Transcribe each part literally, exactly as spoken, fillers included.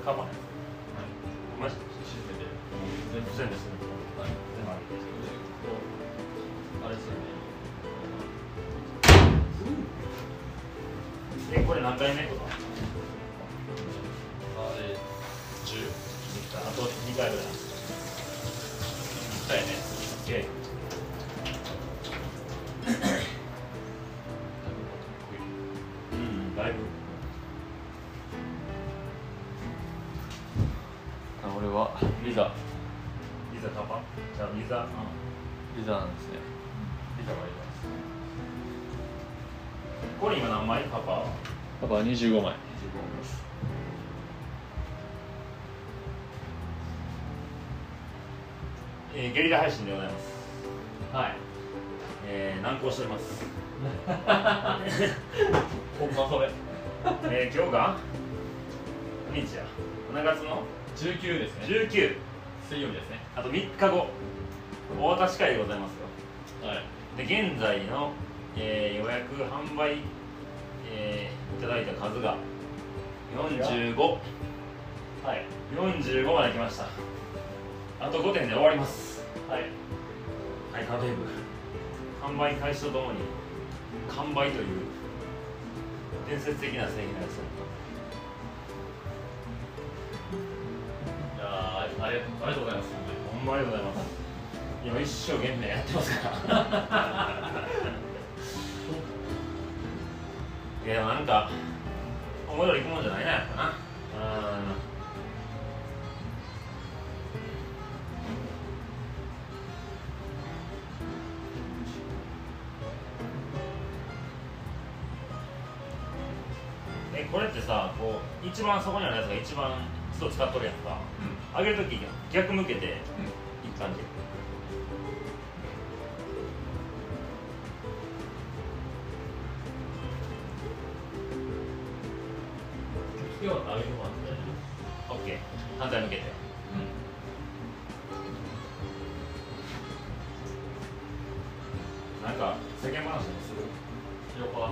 カバンやマジで沈めて全部全部するはい全部あるあれですよねえこれ何回目とかあれじゅうあとにかいぐらいだよね。 オッケーうんだいぶあ、俺はリザリザカバンじゃあリザリザなんですね。 リザがいりますこれ今何枚パパはパパはにじゅうごまい。 えー、ゲリラ配信でございます。 はい。 えー、難航しております。 ほんまそれ。 えー、今日が何日やしちがつのじゅうくですね。 じゅうく水曜日ですね。 あとみっかごお渡し会でございますよ。 はい。 で現在の、えー、予約販売、えー、いただいた数がよんじゅうごはい。 よんじゅうごまで来ました。あとごてんで終わります。 はい。 はい、カードヘイブ販売開始とともに完売という伝説的な製品なんですよ。 いやー、あり、ありがとうございます。 ほんまありがとうございます。今一生懸命やってますからいやでもなんか思い通りいくもんじゃないなやっぱな。うんえこれってさこう一番そこにあるやつが一番ずっと使っとるやんか、うん、上げるとき逆向けていく感じ、 今日は上げてもらってオッケー反対向けて、うん、なんか世間話もするよか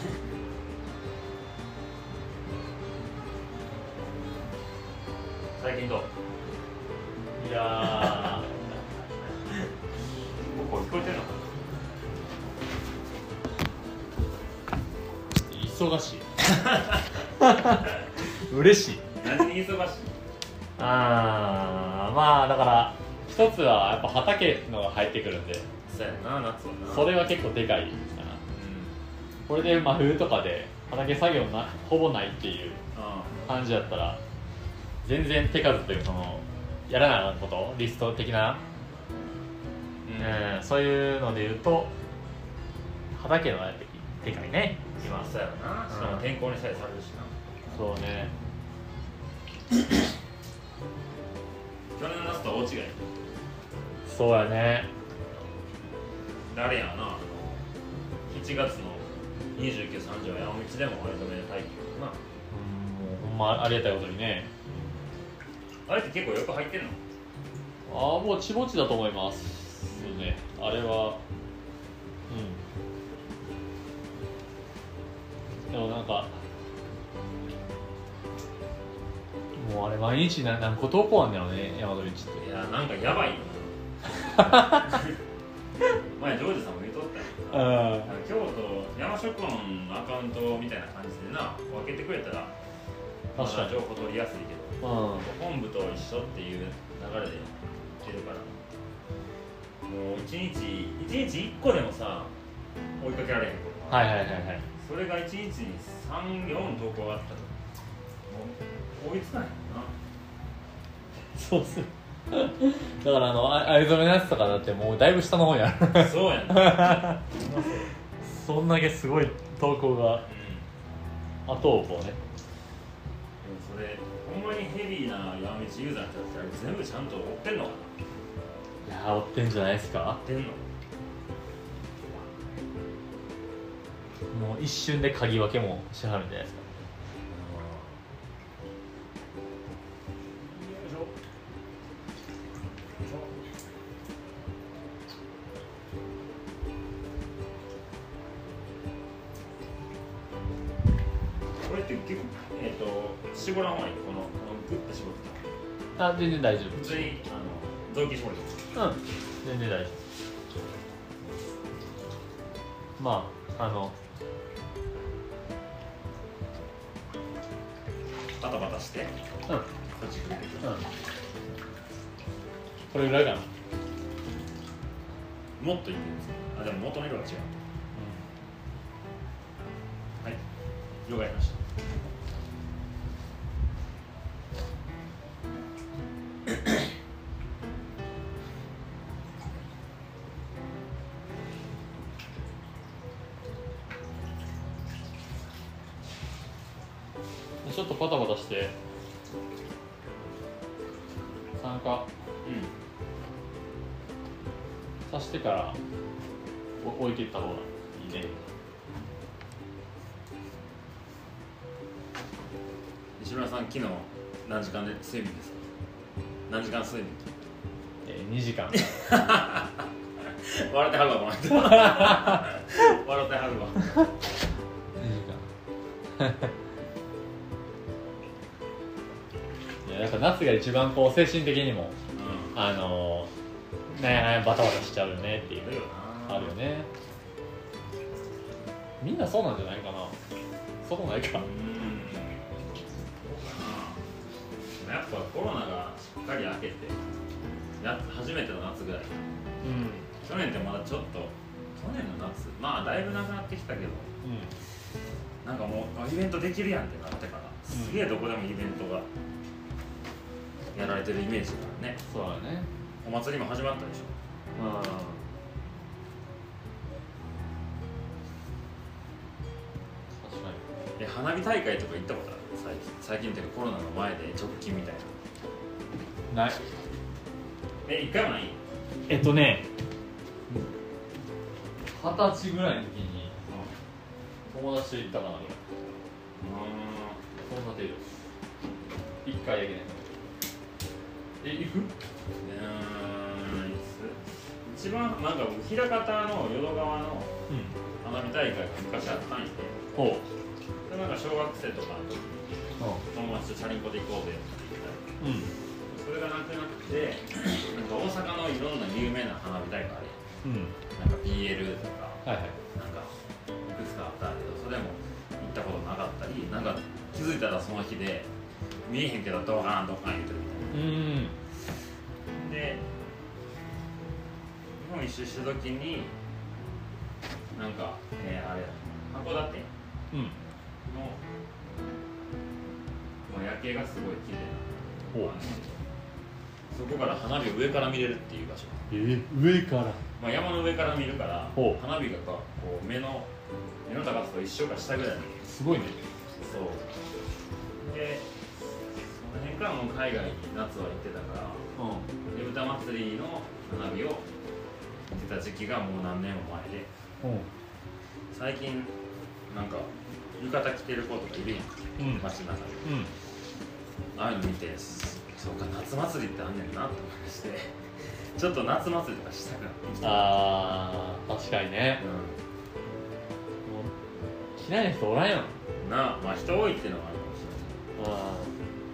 最近どういやここ聞こえてるのか忙しい嬉しい。 何に忙しいあー、まあだから一つはやっぱ畑のが入ってくるんで、 そうやな夏はなそれは結構でかいかな。これで真冬とかで畑作業なほぼないっていう感じだったら全然手数というそのやらないことリスト的な、うんうん、そういうので言うと畑のがやっぱでかいね今。そうやろな、しかも天候にさえされるしな。 そうね去年の夏とは大違い。 そうやね。 誰やなしちがつのにじゅうく、さんじゅうは山道でも割とめでたいけどな。 うん、もうほんまありがたいことにね。 あれって結構よく入ってんの？ ああ、もうちぼちだと思いますね。あれはうんでもなんかもうあれ毎日な何個投稿あんだよね、山戸道って。 いやなんかやばいよ前ジョージさんも言うとったよ。 あ京都山食音のアカウントみたいな感じでな分けてくれたらまだ情報取りやすいけど、 うん、 本部と一緒っていう流れで出るからもういちにちいちにちいっこでもさ追いかけられへんことはいはいはいはい。 それがいちにちにさん、よん投稿があったともう追いつかないもんな。 そうっすだからあの藍染めのやつとかだってもうだいぶ下の方やるそうやなそんだけすごい投稿が、うん、あとをこうね。 でもそれほんまにヘビーな山道ユーザーの人たちあれ全部ちゃんと追ってんのかな。 いやー追ってんじゃないですか。 追ってんのもう一瞬で鍵分けもしはるんじゃないですか。 これって結構えっ、ー、と絞らん方がいいこのこのグッと絞っあ、全然大丈た普通にあの臓器絞り夫。うん全然大丈夫。まああのバタバタしてうんこっちくれてくるうんこれぐらいかな。 もっといってるんですか。あ、でも元の色が違う。はい了解しました。 ちょっとパタパタして酸化さしてからお置いていった方がいいね。 西村さん、昨日何時間で睡眠ですか。何時間睡眠。 えー、にじかん笑ってはるわこの人笑ってはるわにじかんいややっぱ夏が一番こう精神的にもうんあのー、なんやなんやバタバタしちゃうよねっていうあるよな。 あるよね。みんなそうなんじゃないかな。そうないか。 うんそうかな。やっぱコロナがしっかり明けてや初めての夏ぐらい。 うん去年ってまだちょっと去年の夏まあだいぶなくなってきたけど、 うんなんかもうあイベントできるやんってなってからすげえどこでもイベントがやられてるイメージがあるね。 そうだね。 お祭りも始まったでしょ。 うん確かに。 え花火大会とか行ったことある。最近最近っていうかコロナの前で直近みたいな。 ない。 え一回もない。 えっとね二十歳ぐらいの時に友達と行ったかな。そんな程度。一回だけね。え行く？ うーん一番なんか枚方の淀川のうん花火大会が昔あったんやで、 ほうでなんか小学生とかの時に友達とチャリンコで行こうぜって言ったり、 うんそれがなくなってなんか大阪のいろんな有名な花火大会あれうんなんか ビーエル とかはいはいなんかいくつかあったけどそれも行ったことなかったりなんか気づいたらその日で見えへんけどドカーンドカーン言うてるみたいな。 うんで日本一周した時になんか、えー、あれ函館うんの、まあ、夜景がすごい綺麗な感じでそこから花火を上から見れるっていう場所、 えー、上からまあ、山の上から見るからほう花火がこう目の目の高さと一緒か下ぐらいにすごいね。 そうでその辺からもう海外に夏は行ってたからうねぶた祭りの花火を見てた時期がもう何年も前でん最近なんか浴衣着てる子とかいるやん、 うん街中でうんああいうの見てそうか夏祭りってあんねんなって思いましてちょっと夏祭りとかしたくなってきた。 あー確かにね。 うもう嫌いな人おらんよ。 ん、なあまあ人多いっていうのはあるかもしれないあ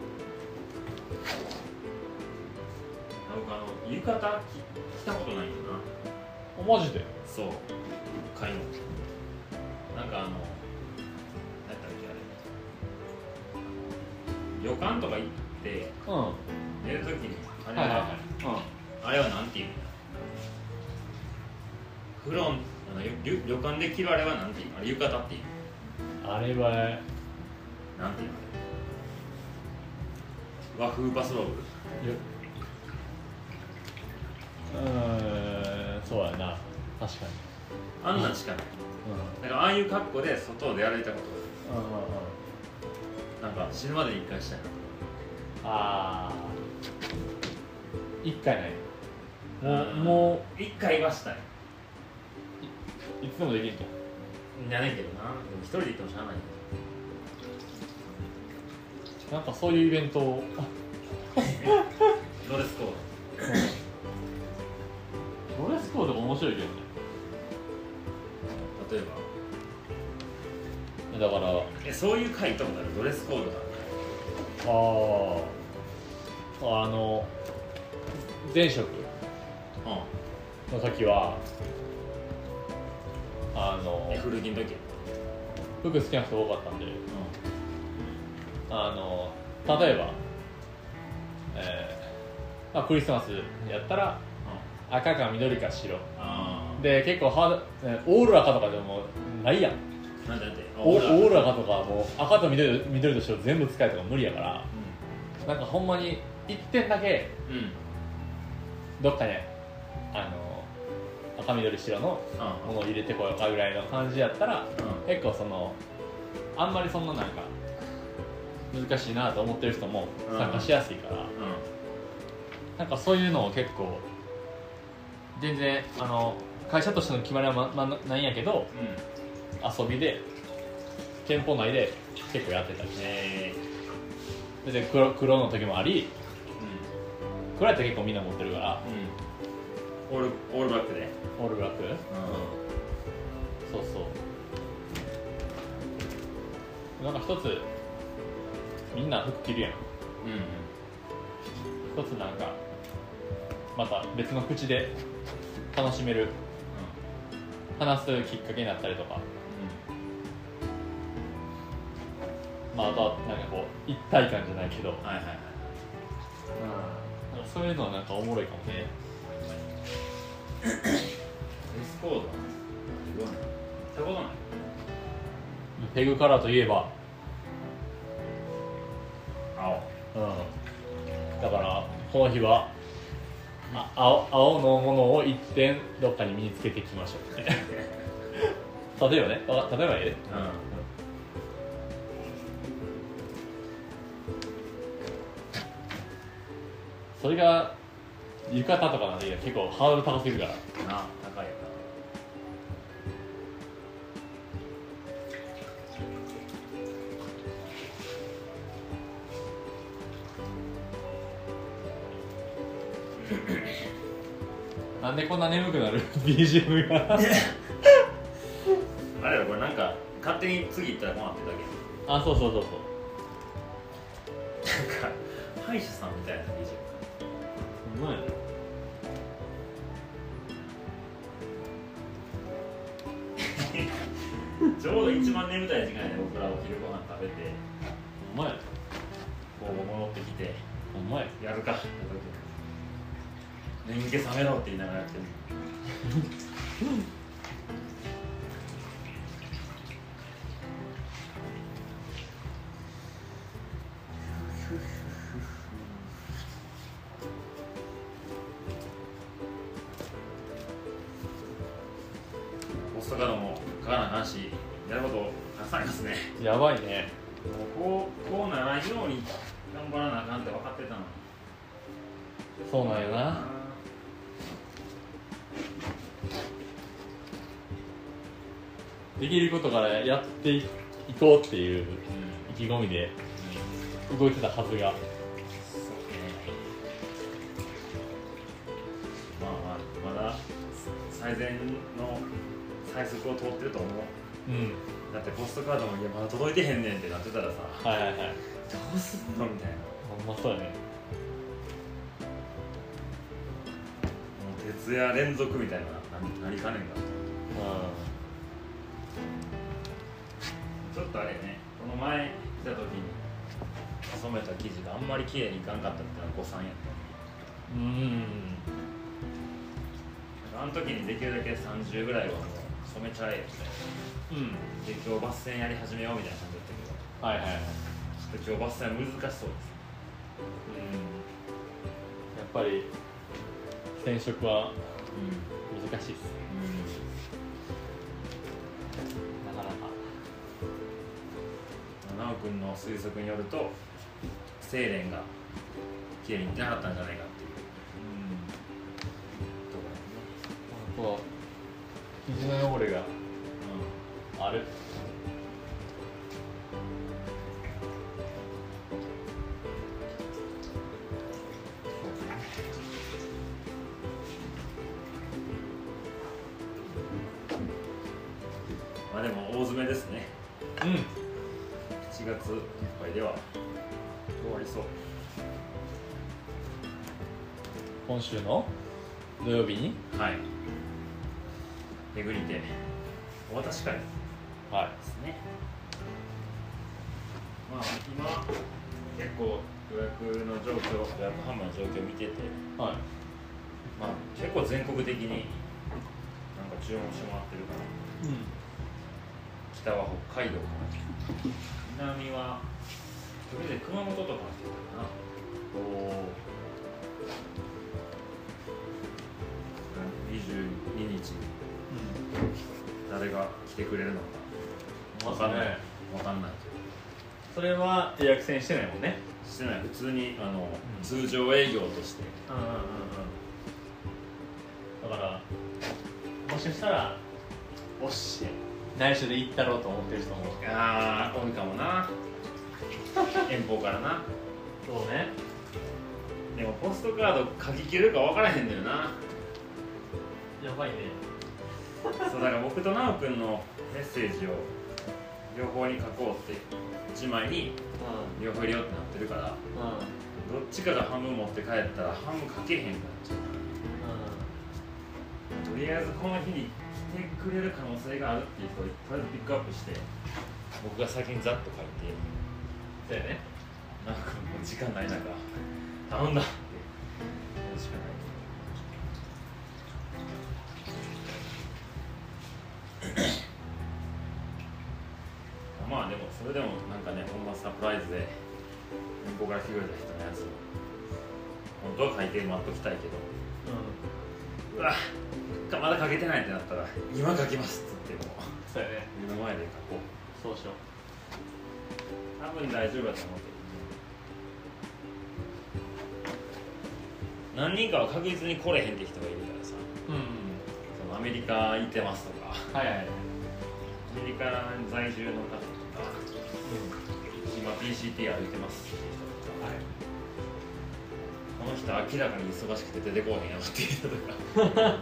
なんかあの浴衣着たことないよな。 マジで。 そう一回もなんかあの何やったっけあれ旅館とか行ってうん寝るときにあれは、 はいはいはいあれはなんていうのフロンあの旅旅館で着るあれはなんていうのあれ浴衣っていううんあれはなんていうの和風バスローブうーんそうやな確かに。 あんなんしかない。 うんだからああいう格好で外でやられたことうんうんなんか死ぬまでに一回したいな。 ああ一回ない。もううんも一回はしたい。 ういつでもできんと。 やねんけどな。でも一人で行ってもしゃあないんなんかそういうイベントをドレスコードレスコードが面白いけどね。 ド例えばだからえそういう回とかだドレスコードがあああの前職の時はあのえ古着の時服好きな人多かったんで、うん、あの例えば、えーまあ、クリスマスやったら、うん、赤か緑か白で結構ハードオール赤とかでもないやん。 なんでなんでオール赤とかもう赤と緑と緑と白全部使えとか無理やから、うん、なんかほんまにいってんだけ、うん、どっかねあの赤緑白のものを入れてこようかぐらいの感じやったら、うん、結構そのあんまりそんななんか難しいなと思ってる人も参加しやすいから、うんうん、なんかそういうのを結構全然あの会社としての決まりは、まま、ないんやけど、うん、遊びで店舗内で結構やってたりして、で 黒, 黒の時もあり、うん、黒やったら結構みんな持ってるから、 うん、オールオールブラックでオールブラック、うん、そうそうなんか一つみんな服着るやん、うん、一つなんかまた別の口で楽しめる、うん、話すきっかけになったりとか、うん、まああとはなんかこう一体感じゃないけど、はいはいはい、うん、なんかそういうのはなんかおもろいかもね。 ディスコードは言わない。したことない。 ペグカラーといえば青、 うん、だからこの日はあ 青, 青のものを一点どっかに身につけていきましょう例えばね、例えばね、うん、それが浴衣とかなんで結構ハードル高すぎるからな。高いよな。なんでこんな眠くなるビージーエム があれだこれなんか勝手に次行ったらこうなってたけど、あ、そうそうそうそう、 なんか歯医者さんみたいな ビージーエム。 うまいね。 ちょうど一番眠たい時間で僕らお昼ご飯食べて、 うまいね。 こう戻ってきて、 うまいやるかって時眠気覚めろって言いながらやってるポストカードも書かなあかんし、やることたくさんありますね。 やばいね。 もうこう、こうならないように頑張らなあかんって分かってたの。 そうなんよな。できることからやっていこうっていう意気込みで動いてたはずが、そうね、 まあまあまだ最善の最速を通ってると思う、うん、だってポストカードもいやまだ届いてへんねんってなってたらさ、 はいはいはい、 どうすんのみたいな。 ほんまそうやね。 もう徹夜連続みたいななりかねんが、うん、ちょっとあれね、この前来た時に染めた生地があんまり綺麗にいかんかったってのは誤算やった。うん、あの時にできるだけさんじゅうぐらいはもう染めちゃえよみたいな、うん、で今日バッセンやり始めようみたいな感じだったけど、はいはいはい、ちょっと今日バッセンは難しそうです。 うん、やっぱり染色は難しいです、うん、なかなか。 奈緒君の推測によると精錬がきれいにいってなかったんじゃないかっていう、 うん、ところね。こう生地の汚れが、うん、ある。 まあでも大詰めですね。うん。しちがついっぱいでは終わりそう。 今週の土曜日にはいめぐりてお渡し会はいですね。まあ今結構予約の状況予約販売の状況を見てて、 はい、 まあ結構全国的になんか注文してもらってるから、うん、北は北海道かな、南はとりあえず熊本とかって言ったかな。おにじゅうににち、うん、誰が来てくれるのか分かんない、分かんないけど、 それは予約制してないもんね。 してない、普通にあの、うん、通常営業として、 うんうんうんうん、だからもしかしたらおし内緒で行ったろうと思ってる人もああ多いかもな遠方からな。 そうね。 でもポストカード書き切れるか分からへんのよな。 やばいねそうだから僕と直君のメッセージを両方に書こうっていちまいに両方入れようってなってるから、うん、どっちかが半分持って帰ったら半分書けへんからちゃう、うん、とりあえずこの日に来てくれる可能性があるっていう人をとりあえずピックアップして僕が先にざっと書いて、 そうやね、 なんかもう時間ない中頼んだってやるしかない。まあでもそれでもなんかね、ほんまサプライズで遠方から来てくれた人のやつ本当は書いて待っときたいけど、うん、うわまだ書けてないってなったら今書きますっつってもそうやね、 目の前で書こう。そうしよう。 多分大丈夫だと思うけど、何人かは確実に来れへんって人がいるからさ、うんうん、そのアメリカ行ってますとか、はいはい、アメリカ在住の方とか、うん、今 ピーシーティー 歩いてますっていう人とか、はい、この人明らかに忙しくて出てこうへんやろっていう人とか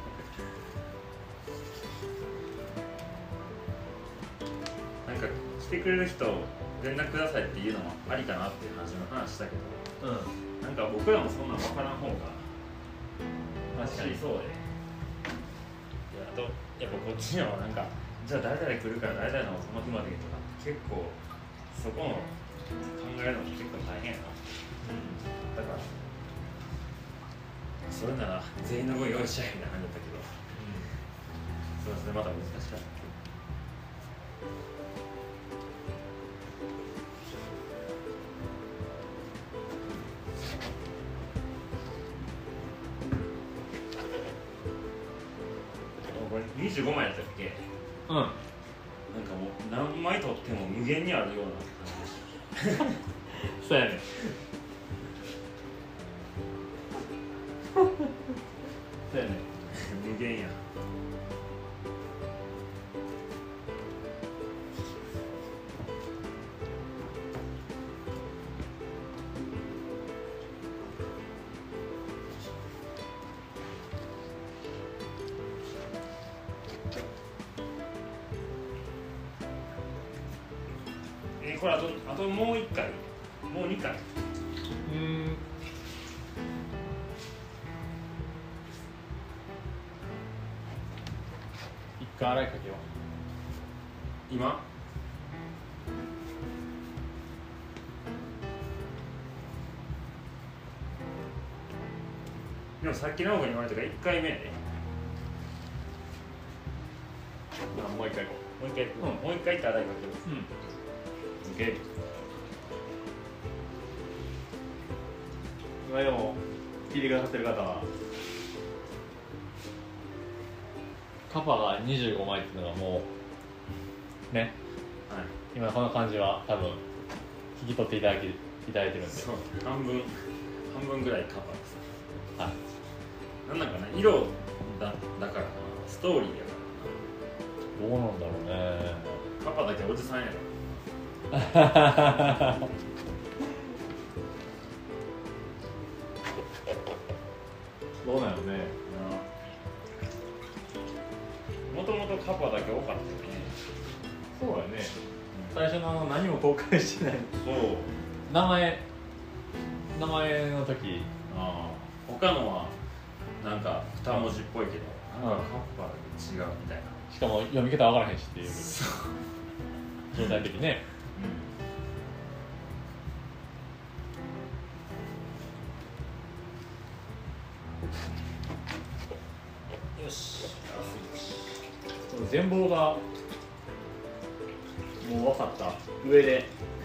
なんか来てくれる人連絡くださいっていうのもありかなっていう話の話したけど、うん、なんか僕らもそんなん分からん方が確かにそうで、いやあとやっぱこっちにはなんかじゃあ誰々来るから誰々のその日までとか結構そこの考えるのも結構大変やな、うん、だからそれなら全員の分用意しちゃえみたいな感じだったけど、うん、それはそれまた難しかった。にじゅうごまいやったっけ？うん。なんかもう何枚取っても無限にあるような感じ。そうやね。そうやね。 無限や。これあと、あともういっかいもうにかい、うん、 一回洗いかけよう今でもさっき直子に言われたからいっかいめやね。 もう一回行こう。もう一回行く、うん、もう一回行って洗いかけよう。うん今でも聞いてくださってる方はカパがにじゅうごまいっていうのがもうね、はい、今この感じは多分聞き取っていただきいただいてるんで、 そう半分半分ぐらいカパです。はい。なんなんかね、色だだからな、ストーリーやからな。どうなんだろうね。 カパだけおじさんやろ。 どうなのね。 もともとカパだけ多かったよね。 そうやね、うん、最初の何も公開してない。 そう名前名前の時あ他のはなんか二文字っぽいけど、なんかカッパー違うみたいな。 しかも読み方わからへんしっていう状態的ね。うん、よし。全貌がもう分かった上で、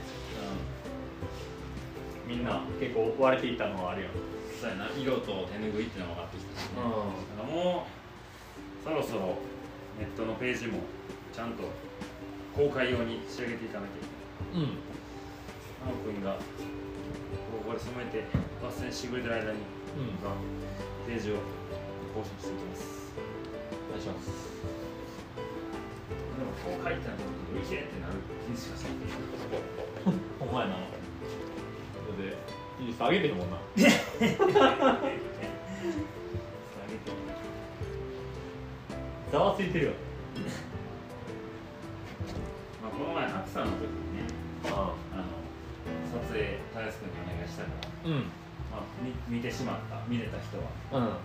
うん、みんな結構割れていたのはあるよ。 そうやな、色と手ぬぐいっていうのが分かってきたしね、うん、だからもうそろそろネットのページもちゃんと公開用に仕上げていかなきゃいけない。うん。真央君がここで染めて抜線してくれてる間に、うん、ページを更新していきます。 お願いします。 でもこう書いてあるとき、いけってなる気しかしない。 お前な。で、いい下げてるもんな。下げてる。ざわついてるよ。 まあこの前、アクさんの時にね、ああの撮影、たやすくんにお願いしたから、うん、まあ、見てしまった、見れた人は。うん、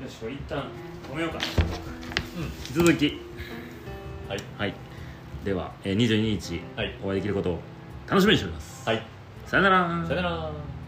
よし、これ一旦止めようかな。うん、続き。はい。はい。では、えー、にじゅうににち、はい、お会いできることを楽しみにしております。はい。さよなら。 さよなら。